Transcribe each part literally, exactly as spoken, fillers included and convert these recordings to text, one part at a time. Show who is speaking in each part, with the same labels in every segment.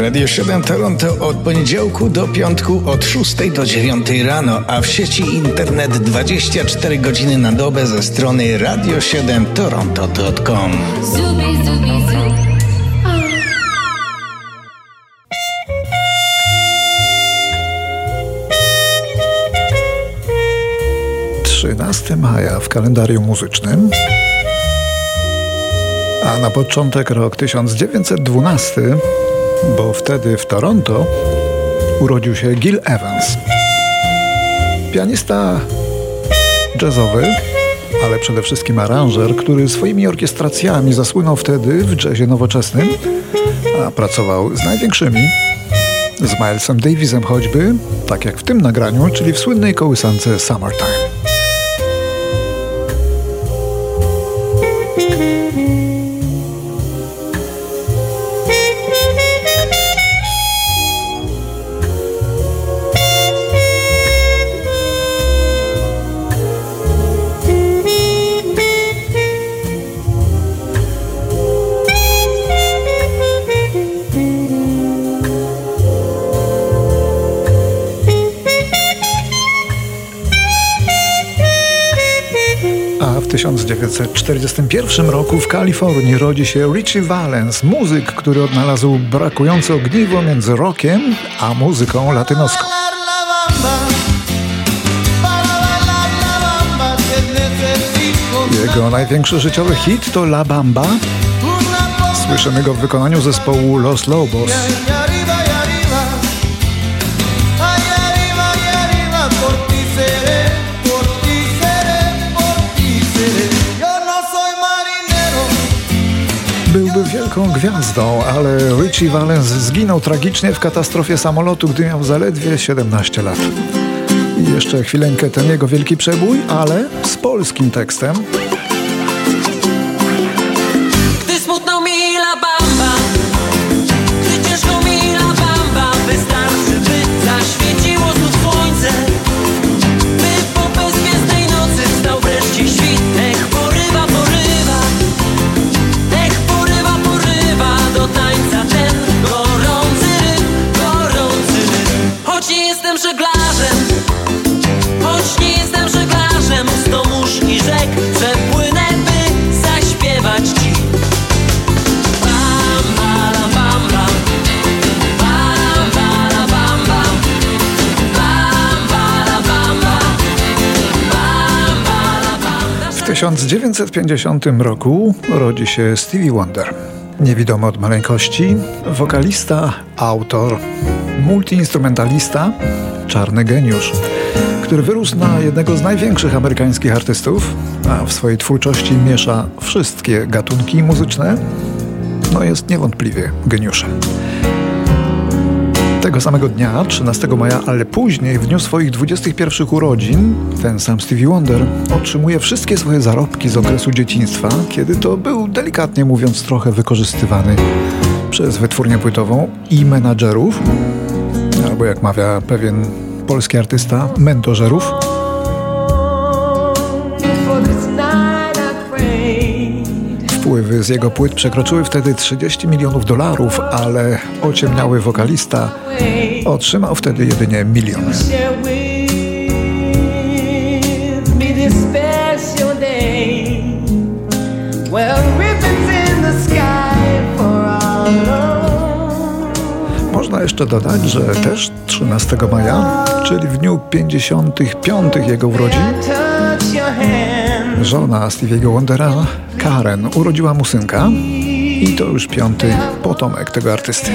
Speaker 1: Radio siedem Toronto od poniedziałku do piątku od szóstej do dziewiątej rano, a w sieci internet dwadzieścia cztery godziny na dobę ze strony radio siedem toronto kropka com. Zubi, zubi, zubi.
Speaker 2: trzynastego maja w kalendarium muzycznym, a na początek rok tysiąc dziewięćset dwunasty, bo wtedy w Toronto urodził się Gil Evans. Pianista jazzowy, ale przede wszystkim aranżer, który swoimi orkiestracjami zasłynął wtedy w jazzie nowoczesnym, a pracował z największymi, z Milesem Davisem choćby, tak jak w tym nagraniu, czyli w słynnej kołysance Summertime. W tysiąc dziewięćset czterdziestym pierwszym roku w Kalifornii rodzi się Ritchie Valens, muzyk, który odnalazł brakujące ogniwo między rockiem a muzyką latynoską. Jego największy życiowy hit to La Bamba. Słyszymy go w wykonaniu zespołu Los Lobos. Byłby wielką gwiazdą, ale Ritchie Valens zginął tragicznie w katastrofie samolotu, gdy miał zaledwie siedemnaście lat. I jeszcze chwileńkę ten jego wielki przebój, ale z polskim tekstem.
Speaker 3: Gdy smutno mi La Bamba, gdy ciężko mi La Bamba, wystarczy, by zaświeciło znów słońce, by po bezgwiezdnej nocy wstał wreszcie świt. Ech, porywa, porywa, ech, porywa, porywa do tańca ten gorący rytm, gorący rytm. Choć nie jestem żeglarzem, choć nie jestem żeglarzem, sto mórz i rzek przepłynę, by zaśpiewać ci. Bam, bala, bam, bam. Bam, bala, bam, bam. Bam, bala, bam, bam. Bam, bala, bam, bam.
Speaker 2: W tysiąc dziewięćset pięćdziesiątym roku rodzi się Stevie Wonder. Niewidomy od maleńkości, wokalista, autor, multiinstrumentalista, czarny geniusz, który wyrósł na jednego z największych amerykańskich artystów, a w swojej twórczości miesza wszystkie gatunki muzyczne, no jest niewątpliwie geniuszem. Tego samego dnia, trzynastego maja, ale później, w dniu swoich dwudziestych pierwszych urodzin, ten sam Stevie Wonder otrzymuje wszystkie swoje zarobki z okresu dzieciństwa, kiedy to był, delikatnie mówiąc, trochę wykorzystywany przez wytwórnię płytową i menadżerów, albo jak mawia pewien polski artysta, mentożerów. Wpływy z jego płyt przekroczyły wtedy trzydzieści milionów dolarów, ale ociemniały wokalista otrzymał wtedy jedynie milion. Można jeszcze dodać, że też trzynastego maja, czyli w dniu pięćdziesiątych piątych jego urodzin, żona Stevie'ego Wondera, Karen, urodziła mu synka i to już piąty potomek tego artysty.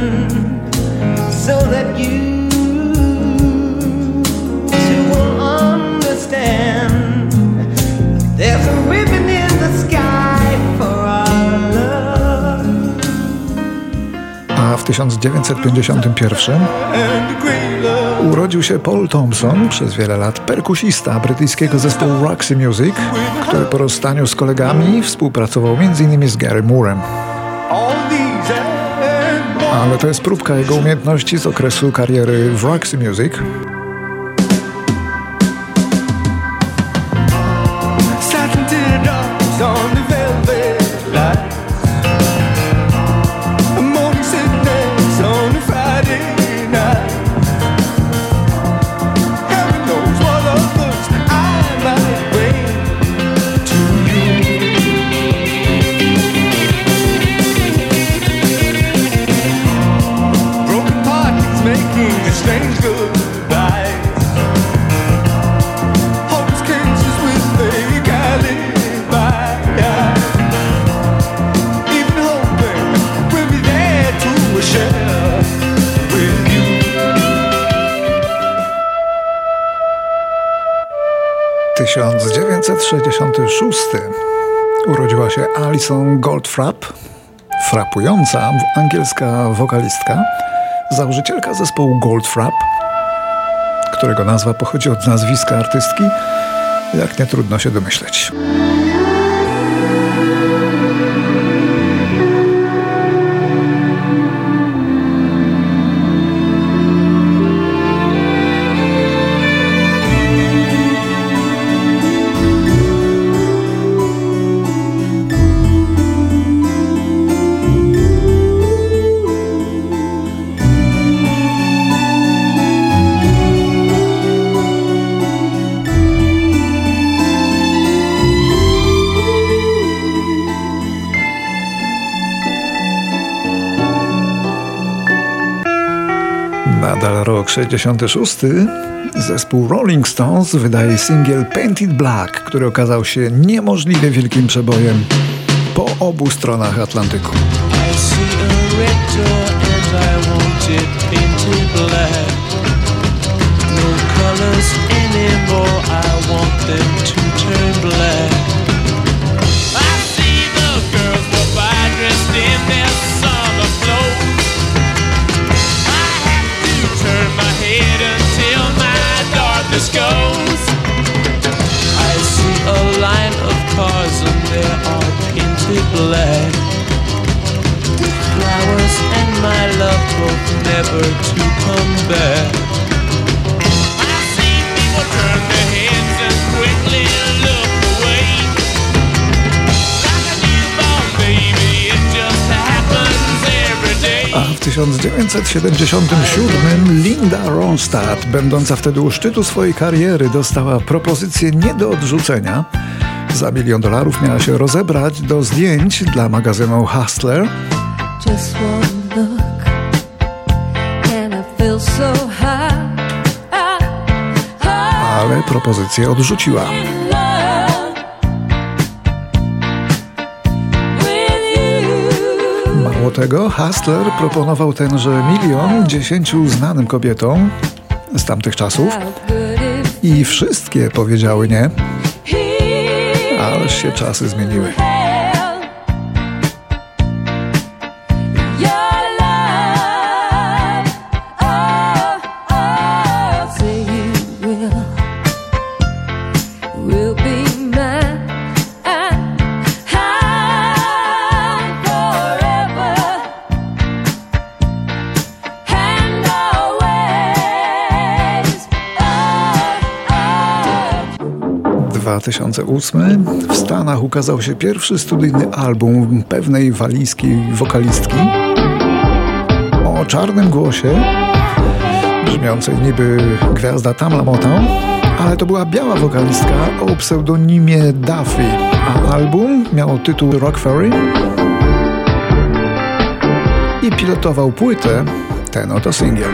Speaker 2: A w tysiąc dziewięćset pięćdziesiątym pierwszym urodził się Paul Thompson, przez wiele lat perkusista brytyjskiego zespołu Roxy Music, który po rozstaniu z kolegami współpracował między innymi z Gary Moorem. Ale to jest próbka jego umiejętności z okresu kariery w Roxy Music.
Speaker 4: On the velvet light, a morning sickness on
Speaker 2: sześćdziesiąty szósty urodziła się Alison Goldfrapp, frapująca angielska wokalistka, założycielka zespołu Goldfrapp, którego nazwa pochodzi od nazwiska artystki, jak nie trudno się domyśleć. Nadal rok sześćdziesiąty szósty. Zespół Rolling Stones wydaje singiel Painted Black, który okazał się niemożliwie wielkim przebojem po obu stronach Atlantyku.
Speaker 3: Goes. I see a line of cars and they are painted black. Flowers and my love both never to come back. I see people turn their heads and quickly look away. Like a newborn baby, it just happens every day.
Speaker 2: A w tysiąc dziewięćset siedemdziesiątym siódmym Linda Ronstadt, będąca wtedy u szczytu swojej kariery, dostała propozycję nie do odrzucenia. Za milion dolarów miała się rozebrać do zdjęć dla magazynu Hustler.
Speaker 4: Just one look and I feel so high, high, high.
Speaker 2: Ale propozycję odrzuciła. Mało tego, Hustler proponował tenże milion dziesięciu znanym kobietom z tamtych czasów i wszystkie powiedziały nie, ależ się czasy zmieniły. dwa tysiące ósmy. W Stanach ukazał się pierwszy studyjny album pewnej walijskiej wokalistki o czarnym głosie, brzmiącej niby gwiazda Tamla Motown, ale to była biała wokalistka o pseudonimie Duffy, a album miał tytuł Rock Ferry i pilotował płytę ten oto singiel.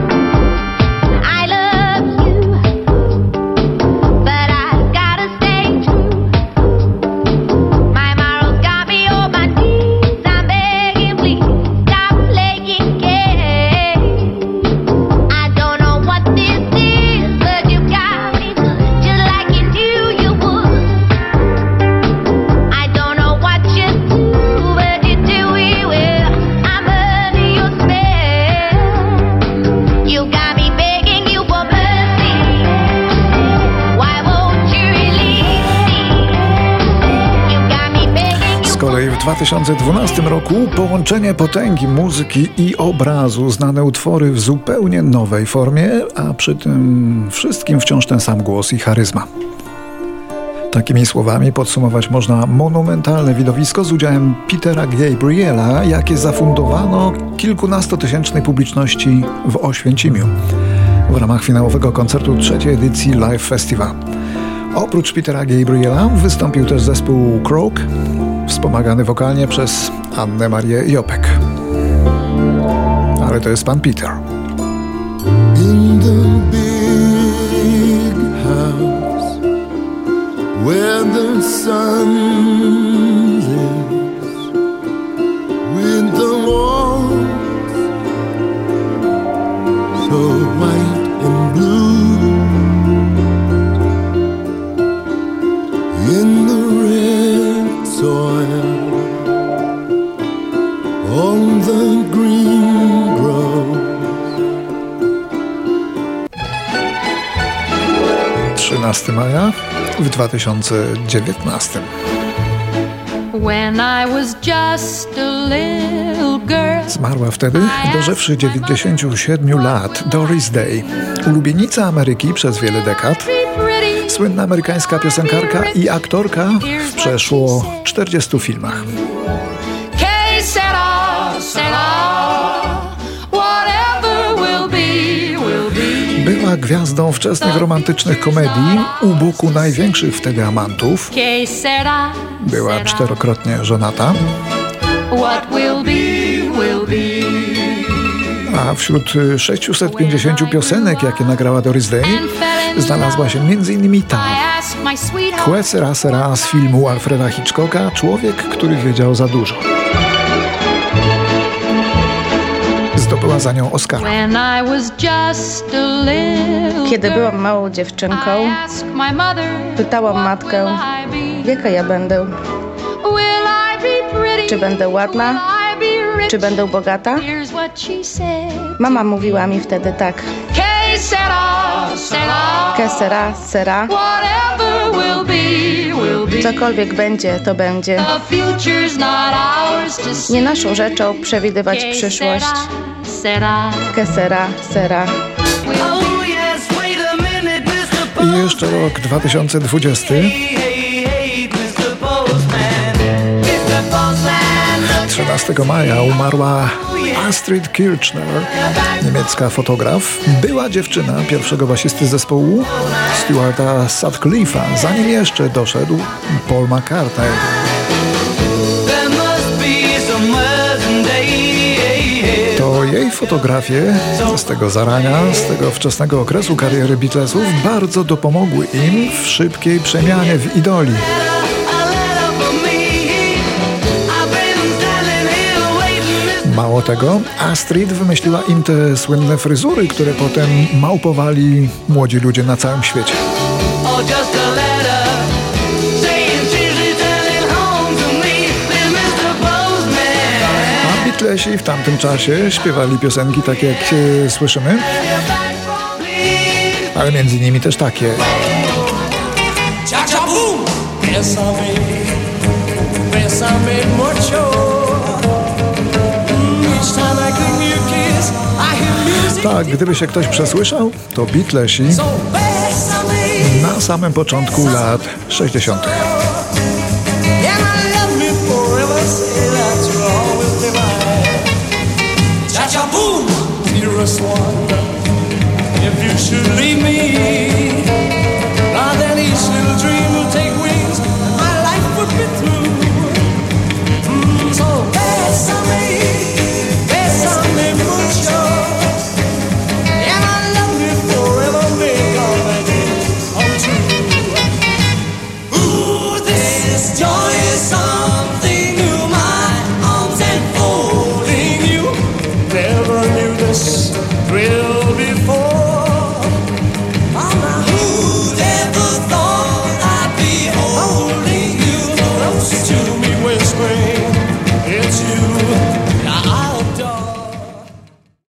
Speaker 2: W dwa tysiące dwunastym roku połączenie potęgi muzyki i obrazu, znane utwory w zupełnie nowej formie, a przy tym wszystkim wciąż ten sam głos i charyzma. Takimi słowami podsumować można monumentalne widowisko z udziałem Petera Gabriela, jakie zafundowano kilkunastotysięcznej publiczności w Oświęcimiu w ramach finałowego koncertu trzeciej edycji Live Festival. Oprócz Petera Gabriela wystąpił też zespół Croak, wspomagany wokalnie przez Annę Marię Jopek. Ale to jest pan Peter.
Speaker 5: In the big house where the sun lives, with the walls so white and blue, in the red soil, on the green grove.
Speaker 2: trzynastego maja w dwa tysiące dziewiętnastym.
Speaker 4: When I was just a little girl.
Speaker 2: Zmarła wtedy, dożywszy dziewięćdziesięciu siedmiu lat, Doris Day, ulubienica Ameryki przez wiele dekad, słynna amerykańska piosenkarka i aktorka w przeszło czterdziestu filmach. Była gwiazdą wczesnych romantycznych komedii u boku największych wtedy amantów. Była czterokrotnie żonata. A wśród sześciuset pięćdziesięciu piosenek, jakie nagrała Doris Day, znalazła się między innymi ta Que sera sera z filmu Alfreda Hitchcocka, Człowiek, który wiedział za dużo. Zdobyła za nią Oscara.
Speaker 6: Kiedy byłam małą dziewczynką, pytałam matkę, jaka ja będę. Czy będę ładna? Czy będę bogata? Mama mówiła mi wtedy tak. Que sera, sera. Cokolwiek będzie, to będzie. Nie naszą rzeczą przewidywać przyszłość. Que sera, sera.
Speaker 2: I jeszcze rok dwa tysiące dwudziesty. trzynastego maja umarła Astrid Kirchner, niemiecka fotograf. Była dziewczyna pierwszego basisty zespołu Stuarta Sutcliffe'a, zanim jeszcze doszedł Paul McCartney. To jej fotografie z tego zarania, z tego wczesnego okresu kariery Beatlesów bardzo dopomogły im w szybkiej przemianie w idoli. Mało tego, Astrid wymyśliła im te słynne fryzury, które potem małpowali młodzi ludzie na całym świecie. A Beatlesi w tamtym czasie śpiewali piosenki takie, jak e, słyszymy, ale między innymi też takie. Tak, gdyby się ktoś przesłyszał, to Beatlesi na samym początku lat sześćdziesiątych.
Speaker 7: If you should leave me, now then each little dream will take